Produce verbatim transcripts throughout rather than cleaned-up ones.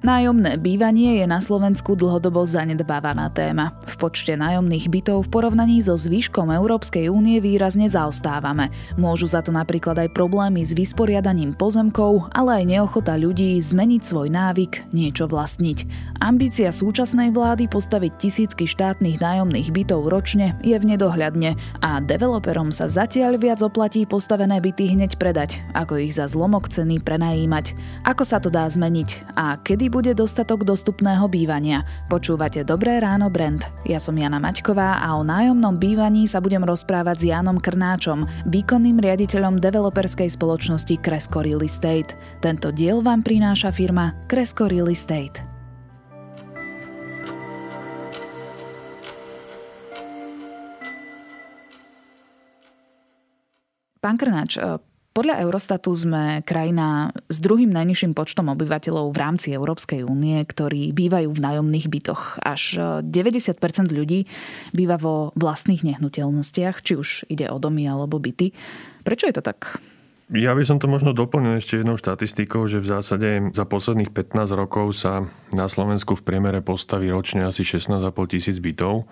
Nájomné bývanie je na Slovensku dlhodobo zanedbávaná téma. V počte nájomných bytov v porovnaní so zvyškom Európskej únie výrazne zaostávame. Môžu za to napríklad aj problémy s vysporiadaním pozemkov, ale aj neochota ľudí zmeniť svoj návyk, niečo vlastniť. Ambícia súčasnej vlády postaviť tisícky štátnych nájomných bytov ročne je v nedohľadne a developerom sa zatiaľ viac oplatí postavené byty hneď predať, ako ich za zlomok ceny prenajímať. Ako sa to dá zmeniť a kedy bude dostatok dostupného bývania? Počúvate Dobré ráno Brand. Ja som Jana Maťková a o nájomnom bývaní sa budem rozprávať s Jánom Krnáčom, výkonným riaditeľom developerskej spoločnosti Kresko Real Estate. Tento diel vám prináša firma Kresko Real Estate. Pán Krnáč, podľa Eurostatu sme krajina s druhým najnižším počtom obyvateľov v rámci Európskej únie, ktorí bývajú v nájomných bytoch. Až deväťdesiat percent ľudí býva vo vlastných nehnuteľnostiach, či už ide o domy alebo byty. Prečo je to tak? Ja by som to možno doplnil ešte jednou štatistikou, že v zásade za posledných pätnásť rokov sa na Slovensku v priemere postaví ročne asi šestnásť a pol tisíc bytov,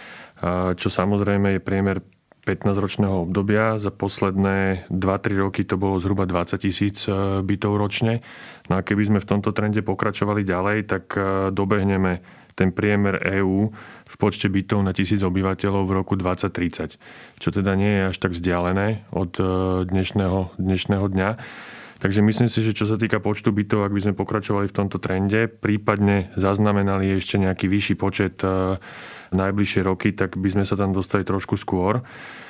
čo samozrejme je priemer pätnásťročného obdobia. Za posledné dva tri roky to bolo zhruba dvadsať tisíc bytov ročne. No a keby sme v tomto trende pokračovali ďalej, tak dobehneme ten priemer EÚ v počte bytov na tisíc obyvateľov v roku dvadsať tridsať. Čo teda nie je až tak vzdialené od dnešného, dnešného dňa. Takže myslím si, že čo sa týka počtu bytov, ak by sme pokračovali v tomto trende, prípadne zaznamenali ešte nejaký vyšší počet najbližšie roky, tak by sme sa tam dostali trošku skôr.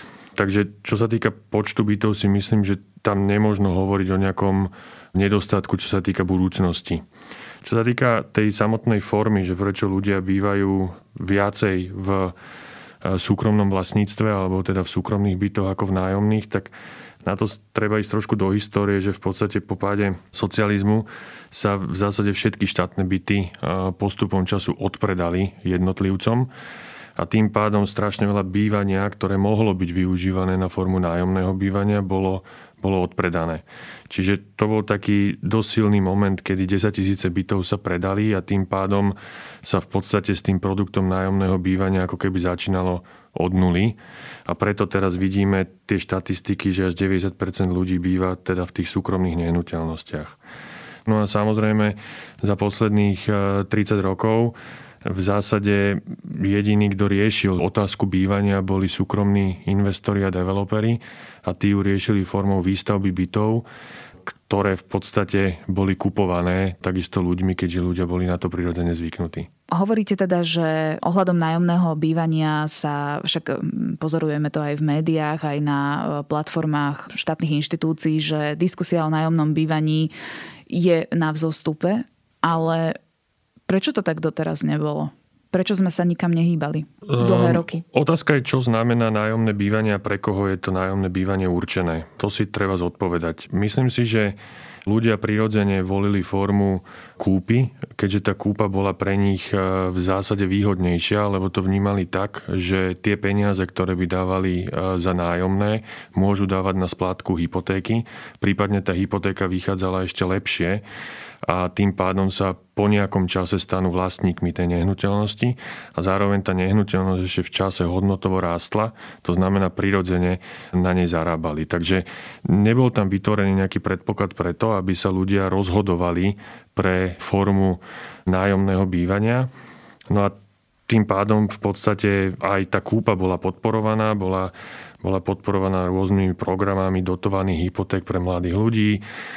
Takže čo sa týka počtu bytov, si myslím, že tam nemôžno hovoriť o nejakom nedostatku, čo sa týka budúcnosti. Čo sa týka tej samotnej formy, že prečo ľudia bývajú viacej v súkromnom vlastníctve alebo teda v súkromných bytoch ako v nájomných, tak na to treba ísť trošku do histórie, že v podstate po páde socializmu sa v zásade všetky štátne byty postupom času odpredali jednotlivcom a tým pádom strašne veľa bývania, ktoré mohlo byť využívané na formu nájomného bývania, bolo, bolo odpredané. Čiže to bol taký dosť silný moment, kedy desaťtisíce bytov sa predali a tým pádom sa v podstate s tým produktom nájomného bývania ako keby začínalo od nuly. A preto teraz vidíme tie štatistiky, že až deväťdesiat percent ľudí býva teda v tých súkromných nehnuteľnostiach. No a samozrejme za posledných tridsať rokov v zásade jediný, kto riešil otázku bývania, boli súkromní investori a developeri a tí ju riešili formou výstavby bytov, ktoré v podstate boli kupované takisto ľuďmi, keďže ľudia boli na to prirodzene zvyknutí. Hovoríte teda, že ohľadom nájomného bývania sa, však pozorujeme to aj v médiách, aj na platformách štátnych inštitúcií, že diskusia o nájomnom bývaní je na vzostupe, ale prečo to tak doteraz nebolo? Prečo sme sa nikam nehýbali dlhé roky? Um, otázka je, čo znamená nájomné bývanie a pre koho je to nájomné bývanie určené. To si treba zodpovedať. Myslím si, že ľudia prirodzene volili formu kúpy, keďže tá kúpa bola pre nich v zásade výhodnejšia, lebo to vnímali tak, že tie peniaze, ktoré by dávali za nájomné, môžu dávať na splátku hypotéky. Prípadne tá hypotéka vychádzala ešte lepšie a tým pádom sa po nejakom čase stanú vlastníkmi tej nehnuteľnosti a zároveň tá nehnuteľnosť ešte v čase hodnotovo rástla, to znamená prirodzene na nej zarábali. Takže nebol tam vytvorený nejaký predpoklad preto, aby sa ľudia rozhodovali pre formu nájomného bývania. No a tým pádom v podstate aj tá kúpa bola podporovaná, bola, bola podporovaná rôznymi programami dotovaných hypoték pre mladých ľudí.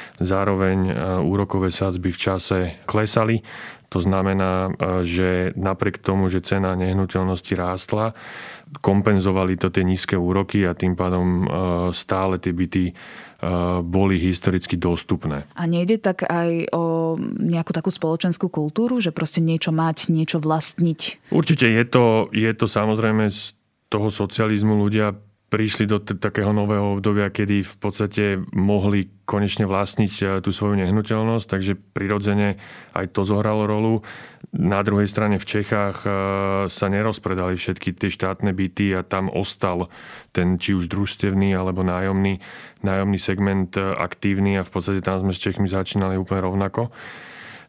Zároveň úrokové sadzby v čase klesali. To znamená, že napriek tomu, že cena nehnuteľnosti rástla, kompenzovali to tie nízke úroky a tým pádom stále tie byty boli historicky dostupné. A nejde tak aj o nejakú takú spoločenskú kultúru, že proste niečo mať, niečo vlastniť? Určite je to, je to samozrejme z toho socializmu ľudia prišli do t- takého nového obdobia, kedy v podstate mohli konečne vlastniť tú svoju nehnuteľnosť, takže prirodzene aj to zohralo rolu. Na druhej strane v Čechách sa nerozpredali všetky tie štátne byty a tam ostal ten či už družstevný alebo nájomný, nájomný segment aktívny a v podstate tam sme s Čechmi začínali úplne rovnako.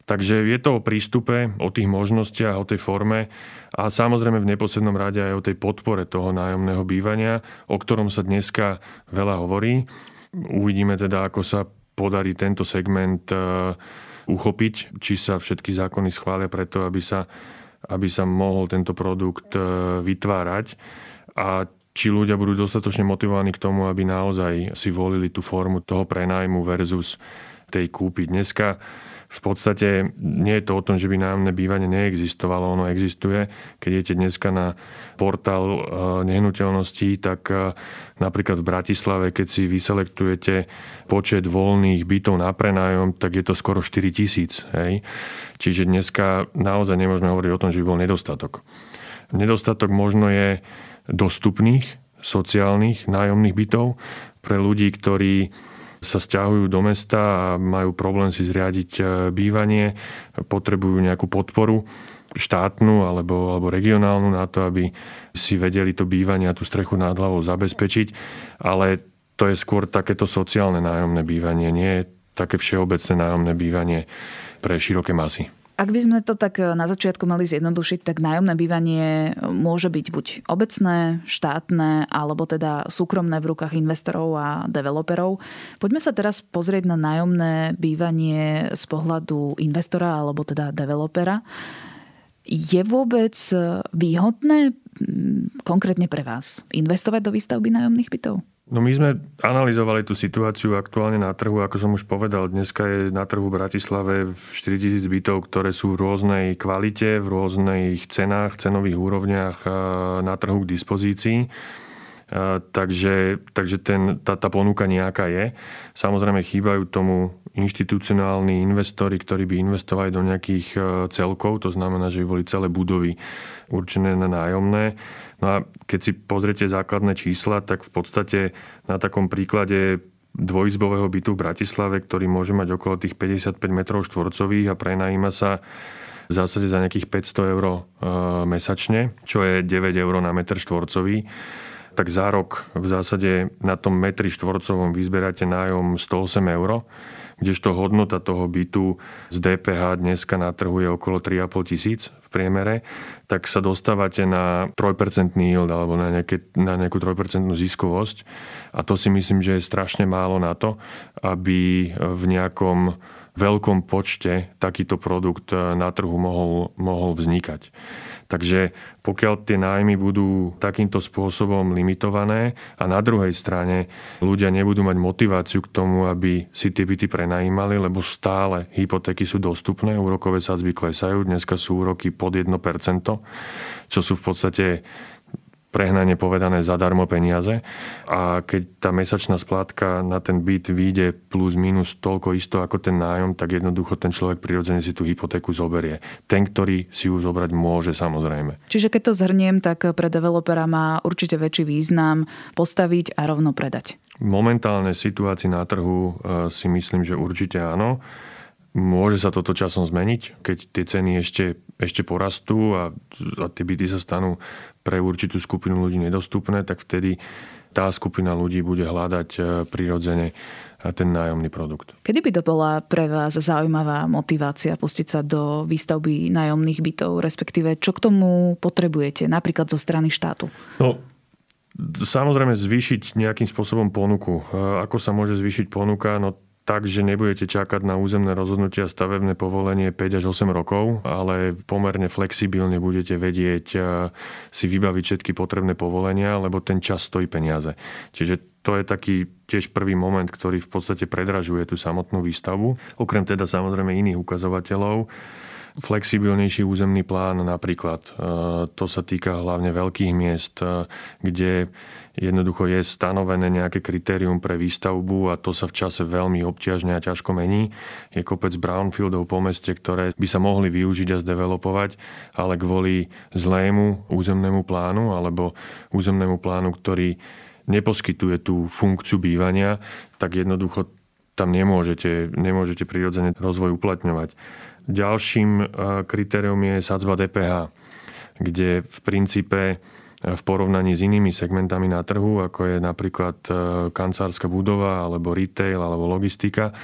Takže je to o prístupe, o tých možnostiach, o tej forme a samozrejme v neposlednom rade aj o tej podpore toho nájomného bývania, o ktorom sa dneska veľa hovorí. Uvidíme teda, ako sa podarí tento segment uchopiť, či sa všetky zákony schvália preto, aby sa, aby sa mohol tento produkt vytvárať a či ľudia budú dostatočne motivovaní k tomu, aby naozaj si volili tú formu toho prenájmu versus tej kúpy. Dneska v podstate nie je to o tom, že by nájomné bývanie neexistovalo, ono existuje. Keď idete dneska na portál nehnuteľností, tak napríklad v Bratislave, keď si vyselektujete počet voľných bytov na prenájom, tak je to skoro štyri tisíc. Hej. Čiže dneska naozaj nemôžeme hovoriť o tom, že by bol nedostatok. Nedostatok možno je dostupných sociálnych nájomných bytov pre ľudí, ktorí sa sťahujú do mesta a majú problém si zriadiť bývanie, potrebujú nejakú podporu štátnu alebo, alebo regionálnu na to, aby si vedeli to bývanie a tú strechu nad hlavou zabezpečiť. Ale to je skôr takéto sociálne nájomné bývanie, nie také všeobecné nájomné bývanie pre široké masy. Ak by sme to tak na začiatku mali zjednodušiť, tak nájomné bývanie môže byť buď obecné, štátne, alebo teda súkromné v rukách investorov a developerov. Poďme sa teraz pozrieť na nájomné bývanie z pohľadu investora alebo teda developera. Je vôbec výhodné konkrétne pre vás investovať do výstavby nájomných bytov? No my sme analyzovali tú situáciu aktuálne na trhu, ako som už povedal, dneska je na trhu v Bratislave štyritisíc bytov, ktoré sú v rôznej kvalite, v rôznych cenách, cenových úrovniach na trhu k dispozícii. Takže, takže ten, tá, tá ponuka nejaká je. Samozrejme chýbajú tomu inštitucionálni investori, ktorí by investovali do nejakých celkov, to znamená, že by boli celé budovy určené na nájomné. No a keď si pozriete základné čísla, tak v podstate na takom príklade dvojizbového bytu v Bratislave, ktorý môže mať okolo tých päťdesiatpäť metrov štvorcových a prenajíma sa v zásade za nejakých päťsto eur mesačne, čo je deväť eur na meter štvorcový, tak za rok v zásade na tom metri štvorcovom vyzberáte nájom sto osem eur, kdežto hodnota toho bytu z dé pé há dneska na trhu je okolo tri a pol tisíc v priemere, tak sa dostávate na tri percentá yield alebo na, nejaké, na nejakú tri percentá ziskovosť. A to si myslím, že je strašne málo na to, aby v nejakom veľkom počte takýto produkt na trhu mohol, mohol vznikať. Takže pokiaľ tie nájmy budú takýmto spôsobom limitované a na druhej strane ľudia nebudú mať motiváciu k tomu, aby si tie byty prenajímali, lebo stále hypotéky sú dostupné, úrokové sadzby klesajú, dneska sú úroky pod jedno percento, čo sú v podstate prehnane povedané zadarmo peniaze. A keď tá mesačná splátka na ten byt vyjde plus minus toľko isto ako ten nájom, tak jednoducho ten človek prirodzene si tú hypotéku zoberie. Ten, ktorý si ju zobrať môže, samozrejme. Čiže keď to zhrniem, tak pre developera má určite väčší význam postaviť a rovno predať. V momentálnej situácii na trhu si myslím, že určite áno. Môže sa toto časom zmeniť, keď tie ceny ešte, ešte porastú a, a tie byty sa stanú pre určitú skupinu ľudí nedostupné, tak vtedy tá skupina ľudí bude hľadať prirodzene ten nájomný produkt. Kedy by to bola pre vás zaujímavá motivácia pustiť sa do výstavby nájomných bytov, respektíve čo k tomu potrebujete, napríklad zo strany štátu? No, samozrejme zvýšiť nejakým spôsobom ponuku. Ako sa môže zvýšiť ponuka? No takže nebudete čakať na územné rozhodnutie a stavebné povolenie päť až osem rokov, ale pomerne flexibilne budete vedieť si vybaviť všetky potrebné povolenia, lebo ten čas stojí peniaze. Čiže to je taký tiež prvý moment, ktorý v podstate predražuje tú samotnú výstavbu. Okrem teda samozrejme iných ukazovateľov. Flexibilnejší územný plán napríklad. To sa týka hlavne veľkých miest, kde jednoducho je stanovené nejaké kritérium pre výstavbu a to sa v čase veľmi obťažne a ťažko mení. Je kopec brownfieldov po meste, ktoré by sa mohli využiť a zdevelopovať, ale kvôli zlému územnému plánu alebo územnému plánu, ktorý neposkytuje tú funkciu bývania, tak jednoducho tam nemôžete, nemôžete prirodzene rozvoj uplatňovať. Ďalším kritériom je sadzba dé pé há, kde v princípe v porovnaní s inými segmentami na trhu, ako je napríklad kancelárska budova, alebo retail, alebo logistika,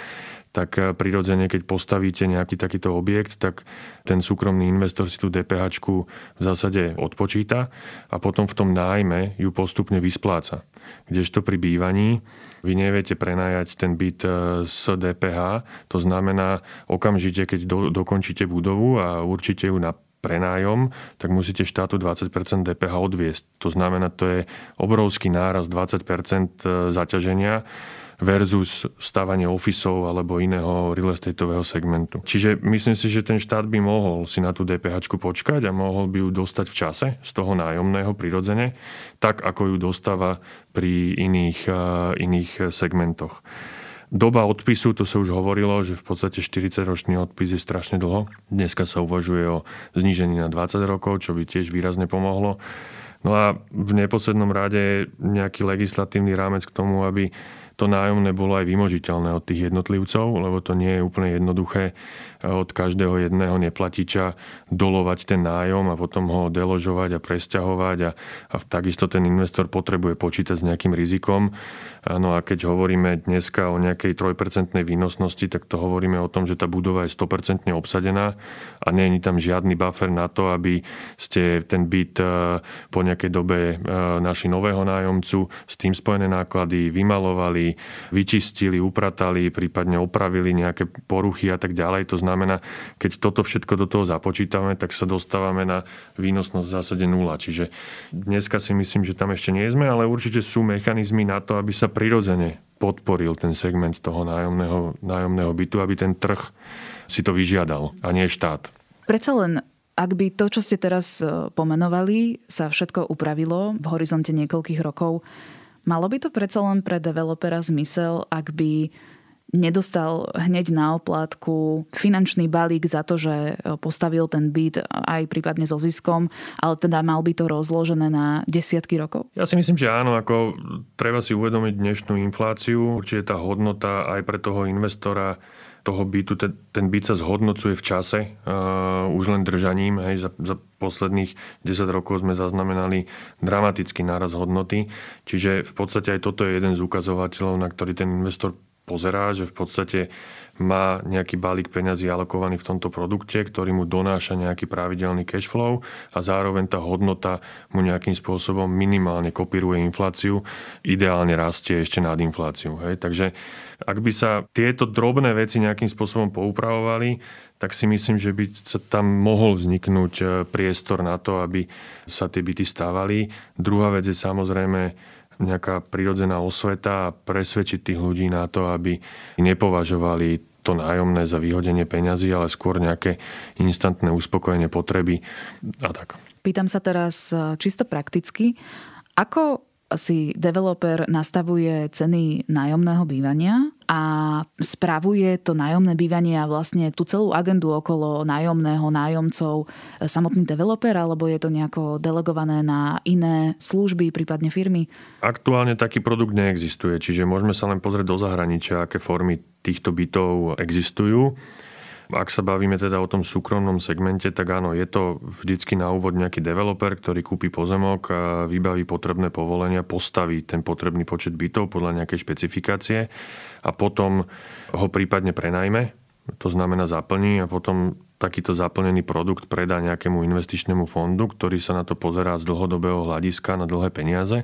tak prirodzene, keď postavíte nejaký takýto objekt, tak ten súkromný investor si tú DPHčku v zásade odpočíta a potom v tom nájme ju postupne vyspláca. Kdežto pri bývaní vy neviete prenajať ten byt s dé pé há, to znamená okamžite, keď do, dokončíte budovu a určite ju na prenájom, tak musíte štátu dvadsať percent dé pé há odviesť. To znamená, to je obrovský náraz dvadsať percent zaťaženia versus stavanie ofisov alebo iného real estateového segmentu. Čiže myslím si, že ten štát by mohol si na tú DPHčku počkať a mohol by ju dostať v čase z toho nájomného prirodzene, tak ako ju dostáva pri iných, iných segmentoch. Doba odpisu, to sa už hovorilo, že v podstate štyridsaťročný odpis je strašne dlho. Dneska sa uvažuje o znížení na dvadsať rokov, čo by tiež výrazne pomohlo. No a v neposlednom rade nejaký legislatívny rámec k tomu, aby to nájomné bolo aj vymožiteľné od tých jednotlivcov, lebo to nie je úplne jednoduché od každého jedného neplatiča dolovať ten nájom a potom ho deložovať a presťahovať a, a takisto ten investor potrebuje počítať s nejakým rizikom. No a keď hovoríme dneska o nejakej trojpercentnej výnosnosti, tak to hovoríme o tom, že tá budova je sto percent obsadená a nie je tam žiadny buffer na to, aby ste ten byt po nejakej dobe našli nového nájomcu, s tým spojené náklady vymalovali, vyčistili, upratali, prípadne opravili nejaké poruchy a tak ďalej. To znamená, keď toto všetko do toho započítame, tak sa dostávame na výnosnosť v zásade nula. Čiže dneska si myslím, že tam ešte nie sme, ale určite sú mechanizmy na to, aby sa prirodzene podporil ten segment toho nájomného, nájomného bytu, aby ten trh si to vyžiadal a nie štát. Predsa len, ak by to, čo ste teraz pomenovali, sa všetko upravilo v horizonte niekoľkých rokov, malo by to predsa len pre developera zmysel, ak by nedostal hneď na oplátku finančný balík za to, že postavil ten byt aj prípadne so ziskom, ale teda mal by to rozložené na desiatky rokov? Ja si myslím, že áno, ako treba si uvedomiť dnešnú infláciu. Určite tá hodnota aj pre toho investora toho bytu, ten, ten byt sa zhodnocuje v čase, uh, už len držaním. Hej, za, za posledných desať rokov sme zaznamenali dramatický náraz hodnoty. Čiže v podstate aj toto je jeden z ukazovateľov, na ktorý ten investor pozerá, že v podstate má nejaký balík peňazí alokovaný v tomto produkte, ktorý mu donáša nejaký pravidelný cash flow a zároveň tá hodnota mu nejakým spôsobom minimálne kopíruje infláciu, ideálne rastie ešte nad infláciu. Hej. Takže ak by sa tieto drobné veci nejakým spôsobom poupravovali, tak si myslím, že by sa tam mohol vzniknúť priestor na to, aby sa tie byty stávali. Druhá vec je samozrejme nejaká prirodzená osveta a presvedčiť tých ľudí na to, aby nepovažovali to nájomné za vyhodenie peňazí, ale skôr nejaké instantné uspokojenie potreby a tak. Pýtam sa teraz čisto prakticky, ako si developer nastavuje ceny nájomného bývania a spravuje to nájomné bývanie a vlastne tú celú agendu okolo nájomného, nájomcov samotný developer, alebo je to nejako delegované na iné služby, prípadne firmy? Aktuálne taký produkt neexistuje, čiže môžeme sa len pozrieť do zahraničia, aké formy týchto bytov existujú. Ak sa bavíme teda o tom súkromnom segmente, tak áno, je to vždycky na úvod nejaký developer, ktorý kúpi pozemok a vybaví potrebné povolenia, postaví ten potrebný počet bytov podľa nejakej špecifikácie a potom ho prípadne prenajme, to znamená zaplní a potom takýto zaplnený produkt predá nejakému investičnému fondu, ktorý sa na to pozerá z dlhodobého hľadiska na dlhé peniaze.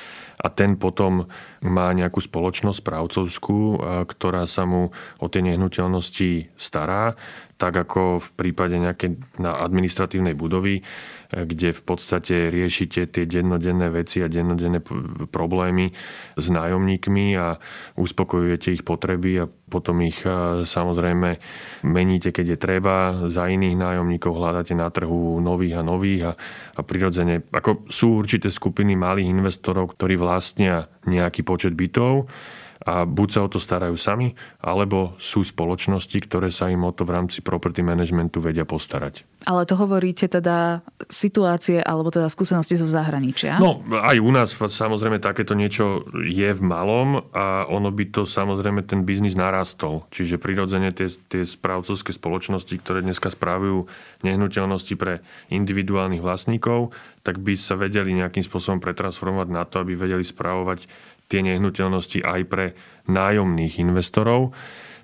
A ten potom má nejakú spoločnosť správcovskú, ktorá sa mu o tie nehnuteľnosti stará, tak ako v prípade nejakej administratívnej budovy, kde v podstate riešite tie dennodenné veci a dennodenné problémy s nájomníkmi a uspokojujete ich potreby a potom ich samozrejme meníte, keď je treba, za iných nájomníkov hľadáte na trhu nových a nových a, a prirodzene, ako sú určité skupiny malých investorov, ktorí vlastnia nejaký počet bytov a buď sa o to starajú sami, alebo sú spoločnosti, ktoré sa im o to v rámci property managementu vedia postarať. Ale to hovoríte teda situácie, alebo teda skúsenosti zo zahraničia? No, aj u nás samozrejme takéto niečo je v malom a ono by to samozrejme ten biznis narastol. Čiže prirodzene tie, tie správcovské spoločnosti, ktoré dneska správujú nehnuteľnosti pre individuálnych vlastníkov, tak by sa vedeli nejakým spôsobom pretransformovať na to, aby vedeli správovať tie nehnuteľnosti aj pre nájomných investorov.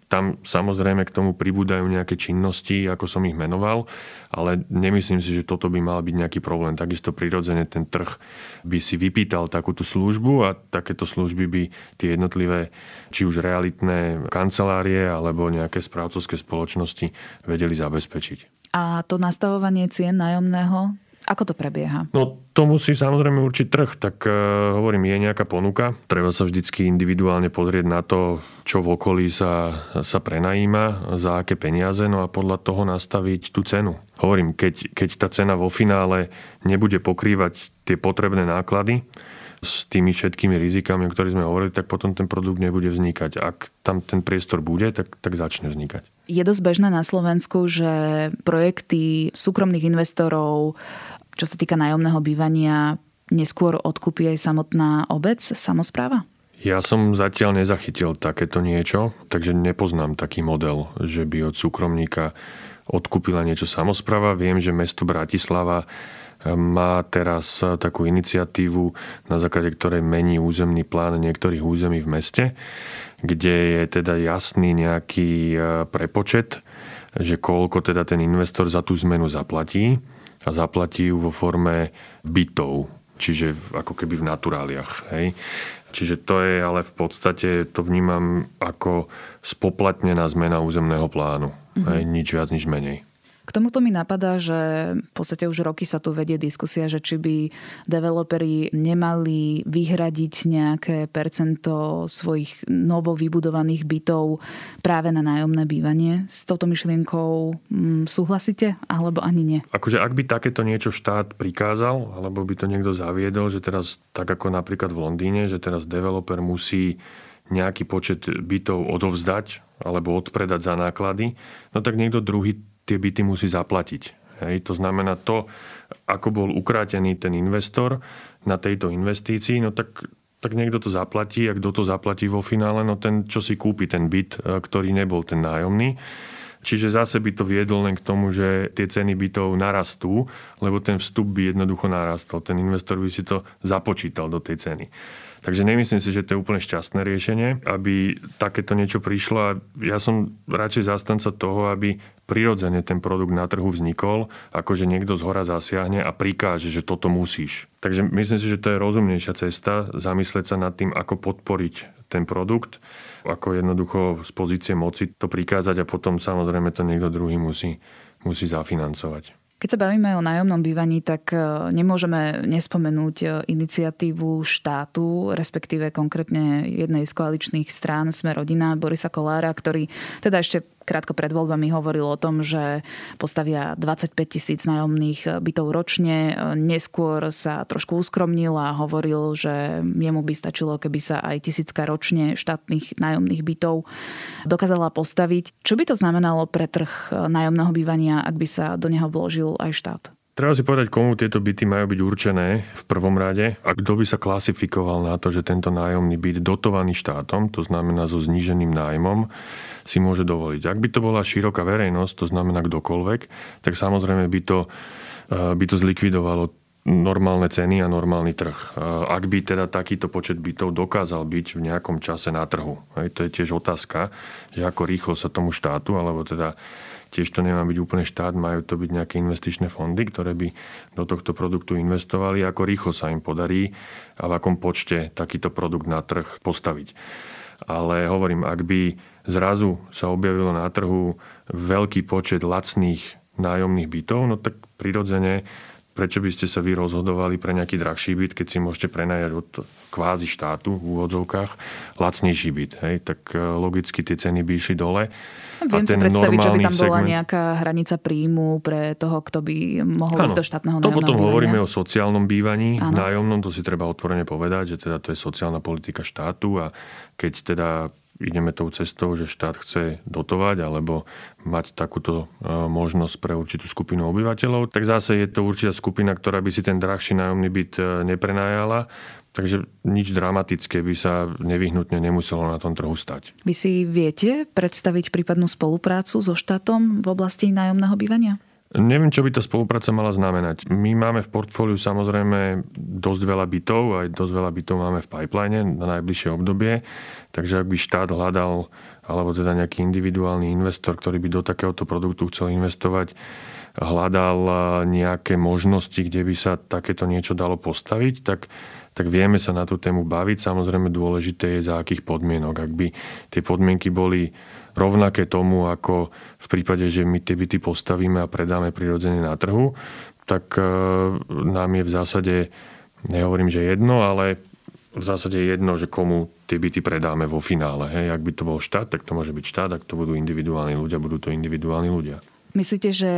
tam samozrejme k tomu pribúdajú nejaké činnosti, ako som ich menoval, ale nemyslím si, že toto by mal byť nejaký problém. Takisto prirodzene ten trh by si vypýtal takúto službu a takéto služby by tie jednotlivé, či už realitné kancelárie alebo nejaké správcovské spoločnosti vedeli zabezpečiť. A to nastavovanie cien nájomného, ako to prebieha? No to musí samozrejme určiť trh, tak uh, hovorím, je nejaká ponuka. Treba sa vždycky individuálne pozrieť na to, čo v okolí sa, sa prenajíma, za aké peniaze, no a podľa toho nastaviť tú cenu. Hovorím, keď, keď tá cena vo finále nebude pokrývať tie potrebné náklady s tými všetkými rizikami, o ktorých sme hovorili, tak potom ten produkt nebude vznikať. Ak tam ten priestor bude, tak, tak začne vznikať. Je dosť bežné na Slovensku, že projekty súkromných investorov, čo sa týka nájomného bývania, neskôr odkúpi aj samotná obec, samospráva? Ja som zatiaľ nezachytil takéto niečo, takže nepoznám taký model, že by od súkromníka odkúpila niečo samospráva. Viem, že mesto Bratislava má teraz takú iniciatívu, na základe ktorej mení územný plán niektorých území v meste, kde je teda jasný nejaký prepočet, že koľko teda ten investor za tú zmenu zaplatí a zaplatí ju vo forme bytov, čiže ako keby v naturáliach. Hej. Čiže to je, ale v podstate to vnímam ako spoplatnená zmena územného plánu. Mm-hmm. Hej, nič viac, nič menej. K tomuto mi napadá, že v podstate už roky sa tu vedie diskusia, že či by developeri nemali vyhradiť nejaké percento svojich novo vybudovaných bytov práve na nájomné bývanie. S touto myšlienkou mm, súhlasíte, alebo ani nie? Akože ak by takéto niečo štát prikázal, alebo by to niekto zaviedol, že teraz tak ako napríklad v Londýne, že teraz developer musí nejaký počet bytov odovzdať alebo odpredať za náklady, no tak niekto druhý tie byty musí zaplatiť. Hej. To znamená to, ako bol ukrátený ten investor na tejto investícii, no tak, tak niekto to zaplatí a kto to zaplatí vo finále, no ten, čo si kúpi ten byt, ktorý nebol ten nájomný. Čiže zase by to viedlo len k tomu, že tie ceny bytov narastú, lebo ten vstup by jednoducho narastol. Ten investor by si to započítal do tej ceny. Takže nemyslím si, že to je úplne šťastné riešenie, aby takéto niečo prišlo a ja som radšej zastanca toho, aby prirodzene ten produkt na trhu vznikol, ako že niekto zhora zasiahne a prikáže, že toto musíš. Takže myslím si, že to je rozumnejšia cesta, zamyslieť sa nad tým, ako podporiť ten produkt, ako jednoducho z pozície moci to prikázať a potom samozrejme to niekto druhý musí, musí zafinancovať. Keď sa bavíme o nájomnom bývaní, tak nemôžeme nespomenúť iniciatívu štátu, respektíve konkrétne jednej z koaličných strán Sme rodina Borisa Kollára, ktorý teda ešte krátko pred voľbami hovoril o tom, že postavia dvadsaťpäť tisíc nájomných bytov ročne. Neskôr sa trošku uskromnil a hovoril, že jemu by stačilo, keby sa aj tisícka ročne štátnych nájomných bytov dokázala postaviť. Čo by to znamenalo pre trh nájomného bývania, ak by sa do neho vložil aj štát? Treba si povedať, komu tieto byty majú byť určené v prvom rade a kto by sa klasifikoval na to, že tento nájomný byt dotovaný štátom, to znamená so zníženým nájmom, si môže dovoliť. Ak by to bola široká verejnosť, to znamená kdokoľvek, tak samozrejme by to, by to zlikvidovalo normálne ceny a normálny trh. Ak by teda takýto počet bytov dokázal byť v nejakom čase na trhu. Hej, to je tiež otázka, že ako rýchlo sa tomu štátu, alebo teda tiež to nemá byť úplne štát, majú to byť nejaké investičné fondy, ktoré by do tohto produktu investovali, ako rýchlo sa im podarí a v akom počte takýto produkt na trh postaviť. Ale hovorím, ak by zrazu sa objavilo na trhu veľký počet lacných nájomných bytov, no tak prirodzene, prečo by ste sa vy rozhodovali pre nejaký drahší byt, keď si môžete prenajať od kvázi štátu v úvodzovkách lacnejší byt. Hej? Tak logicky tie ceny by išli dole. Viem si predstaviť, že by tam bola segment... nejaká hranica príjmu pre toho, kto by mohol ísť do štátneho nájomného bývania. To potom bývania. hovoríme o sociálnom bývaní, ano. Nájomnom, to si treba otvorene povedať, že teda to je sociálna politika štátu a keď teda ideme tou cestou, že štát chce dotovať alebo mať takúto možnosť pre určitú skupinu obyvateľov, tak zase je to určitá skupina, ktorá by si ten drahší nájomný byt neprenajala. Takže nič dramatické by sa nevyhnutne nemuselo na tom trhu stať. Vy si viete predstaviť prípadnú spoluprácu so štátom v oblasti nájomného bývania? Neviem, čo by tá spolupráca mala znamenať. My máme v portfóliu samozrejme dosť veľa bytov, aj dosť veľa bytov máme v pipeline na najbližšie obdobie, takže ak by štát hľadal, alebo teda nejaký individuálny investor, ktorý by do takéhoto produktu chcel investovať, hľadal nejaké možnosti, kde by sa takéto niečo dalo postaviť, tak, tak vieme sa na tú tému baviť. Samozrejme dôležité je, za akých podmienok. Ak by tie podmienky boli rovnaké tomu, ako v prípade, že my tie byty postavíme a predáme prirodzene na trhu, tak nám je v zásade, nehovorím, že jedno, ale v zásade je jedno, že komu tie byty predáme vo finále. Hej. Ak by to bol štát, tak to môže byť štát, ak to budú individuálni ľudia, budú to individuálni ľudia. Myslíte, že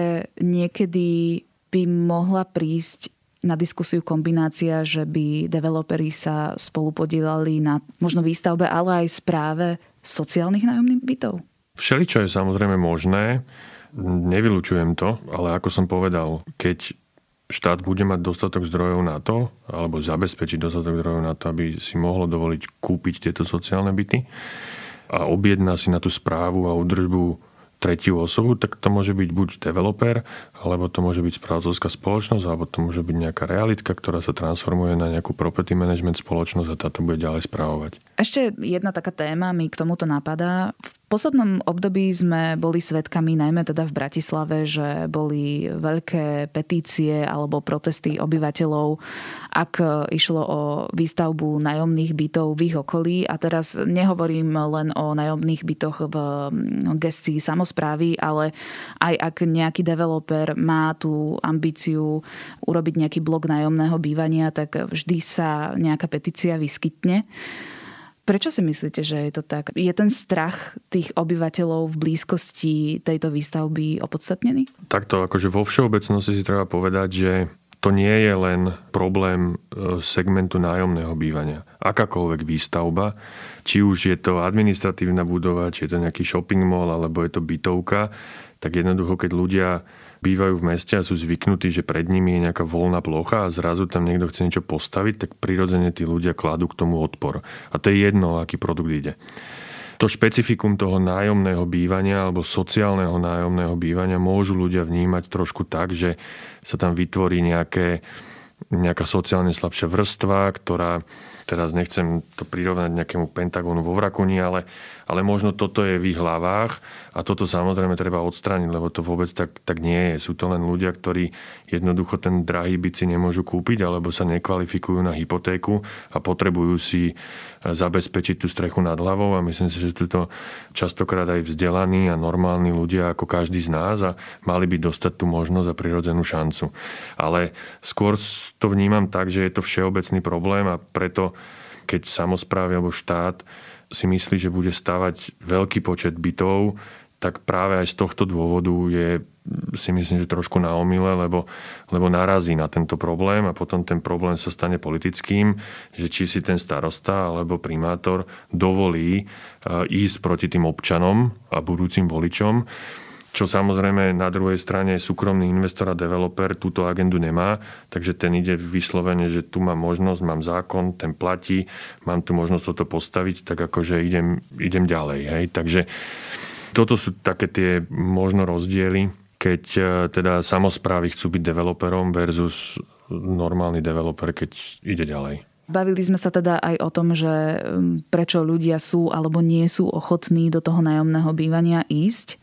niekedy by mohla prísť na diskusiu kombinácia, že by developeri sa spolupodielali na možno výstavbe, ale aj správe sociálnych nájomných bytov? Všeličo je samozrejme možné. Nevylučujem to, ale ako som povedal, keď štát bude mať dostatok zdrojov na to, alebo zabezpečiť dostatok zdrojov na to, aby si mohlo dovoliť kúpiť tieto sociálne byty a objedná si na tú správu a údržbu tretiu osobu, tak to môže byť buď developer, alebo to môže byť správcovská spoločnosť, alebo to môže byť nejaká realitka, ktorá sa transformuje na nejakú property management spoločnosť a táto bude ďalej správovať. Ešte jedna taká téma mi k tomuto napadá. V poslednom období sme boli svedkami, najmä teda v Bratislave, že boli veľké petície alebo protesty obyvateľov, ak išlo o výstavbu nájomných bytov v ich okolí. A teraz nehovorím len o nájomných bytoch v gestii samosprávy, ale aj ak nejaký developer má tú ambíciu urobiť nejaký blok nájomného bývania, tak vždy sa nejaká petícia vyskytne. Prečo si myslíte, že je to tak? Je ten strach tých obyvateľov v blízkosti tejto výstavby opodstatnený? Takto, akože vo všeobecnosti si treba povedať, že to nie je len problém segmentu nájomného bývania. Akákoľvek výstavba, či už je to administratívna budova, či je to nejaký shopping mall, alebo je to bytovka, tak jednoducho, keď ľudia bývajú v meste a sú zvyknutí, že pred nimi je nejaká voľná plocha a zrazu tam niekto chce niečo postaviť, tak prirodzene tí ľudia kladú k tomu odpor. A to je jedno, aký produkt ide. To špecifikum toho nájomného bývania alebo sociálneho nájomného bývania môžu ľudia vnímať trošku tak, že sa tam vytvorí nejaké, nejaká sociálne slabšia vrstva, ktorá, teraz nechcem to prirovnať nejakému Pentagónu vo Vrakuni, ale, ale možno toto je v ich hlavách a toto samozrejme treba odstrániť, lebo to vôbec tak, tak nie je. Sú to len ľudia, ktorí jednoducho ten drahý byt si nemôžu kúpiť alebo sa nekvalifikujú na hypotéku a potrebujú si zabezpečiť tú strechu nad hlavou a myslím si, že sú to častokrát aj vzdelaní a normálni ľudia ako každý z nás a mali by dostať tú možnosť a prirodzenú šancu. Ale skôr to vnímam tak, že je to všeobecný problém a preto, keď samosprávy alebo štát si myslí, že bude stavať veľký počet bytov, tak práve aj z tohto dôvodu je, si myslím, že trošku na omyle, lebo, lebo narazí na tento problém a potom ten problém sa stane politickým, že či si ten starosta alebo primátor dovolí ísť proti tým občanom a budúcim voličom, čo samozrejme na druhej strane súkromný investor a developer túto agendu nemá, takže ten ide vyslovene, že tu mám možnosť, mám zákon, ten platí, mám tu možnosť toto postaviť, tak akože idem, idem ďalej. Hej. Takže toto sú také tie možno rozdiely, keď teda samosprávy chcú byť developerom versus normálny developer, keď ide ďalej. Bavili sme sa teda aj o tom, že prečo ľudia sú alebo nie sú ochotní do toho nájomného bývania ísť.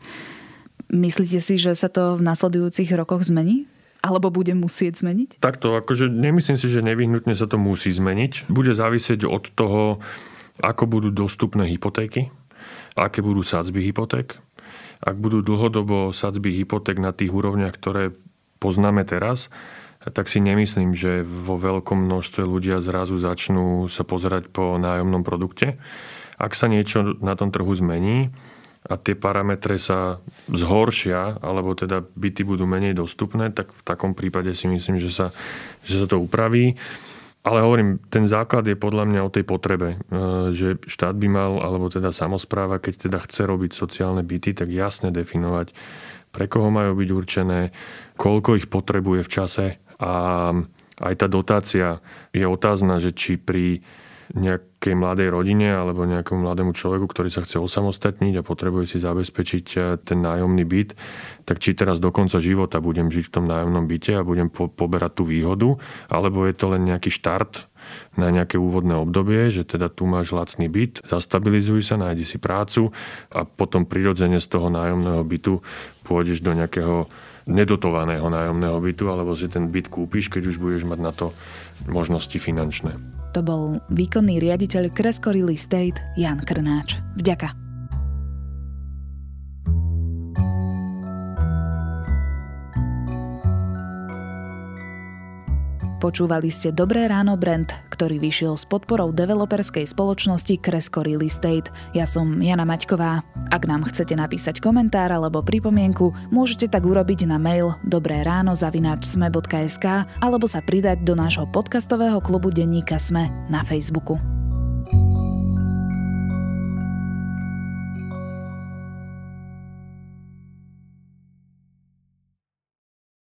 Myslíte si, že sa to v nasledujúcich rokoch zmení? Alebo bude musieť zmeniť? Takto, akože nemyslím si, že nevyhnutne sa to musí zmeniť. Bude závisieť od toho, ako budú dostupné hypotéky, aké budú sadzby hypoték. Ak budú dlhodobo sadzby hypoték na tých úrovniach, ktoré poznáme teraz, tak si nemyslím, že vo veľkom množstve ľudia zrazu začnú sa pozerať po nájomnom produkte. Ak sa niečo na tom trhu zmení a tie parametre sa zhoršia, alebo teda byty budú menej dostupné, tak v takom prípade si myslím, že sa, že sa to upraví. Ale hovorím, ten základ je podľa mňa o tej potrebe, že štát by mal, alebo teda samospráva, keď teda chce robiť sociálne byty, tak jasne definovať, pre koho majú byť určené, koľko ich potrebuje v čase a aj tá dotácia je otázna, že či pri nejakej mladej rodine alebo nejakému mladému človeku, ktorý sa chce osamostatniť a potrebuje si zabezpečiť ten nájomný byt, tak či teraz do konca života budem žiť v tom nájomnom byte a budem po- poberať tú výhodu, alebo je to len nejaký štart na nejaké úvodné obdobie, že teda tu máš lacný byt, zastabilizuj sa, nájdi si prácu a potom prirodzene z toho nájomného bytu pôjdeš do nejakého nedotovaného nájomného bytu, alebo si ten byt kúpiš, keď už budeš mať na to možnosti finančné. To bol výkonný riaditeľ Kresko Real Estate Jan Krnáč. Vďaka. Počúvali ste Dobré ráno Brand, ktorý vyšiel s podporou developerskej spoločnosti Kresko Real Estate. Ja som Jana Maťková. Ak nám chcete napísať komentár alebo pripomienku, môžete tak urobiť na mail dobrérano zavináč sme bodka es ká alebo sa pridať do nášho podcastového klubu denníka SME na Facebooku.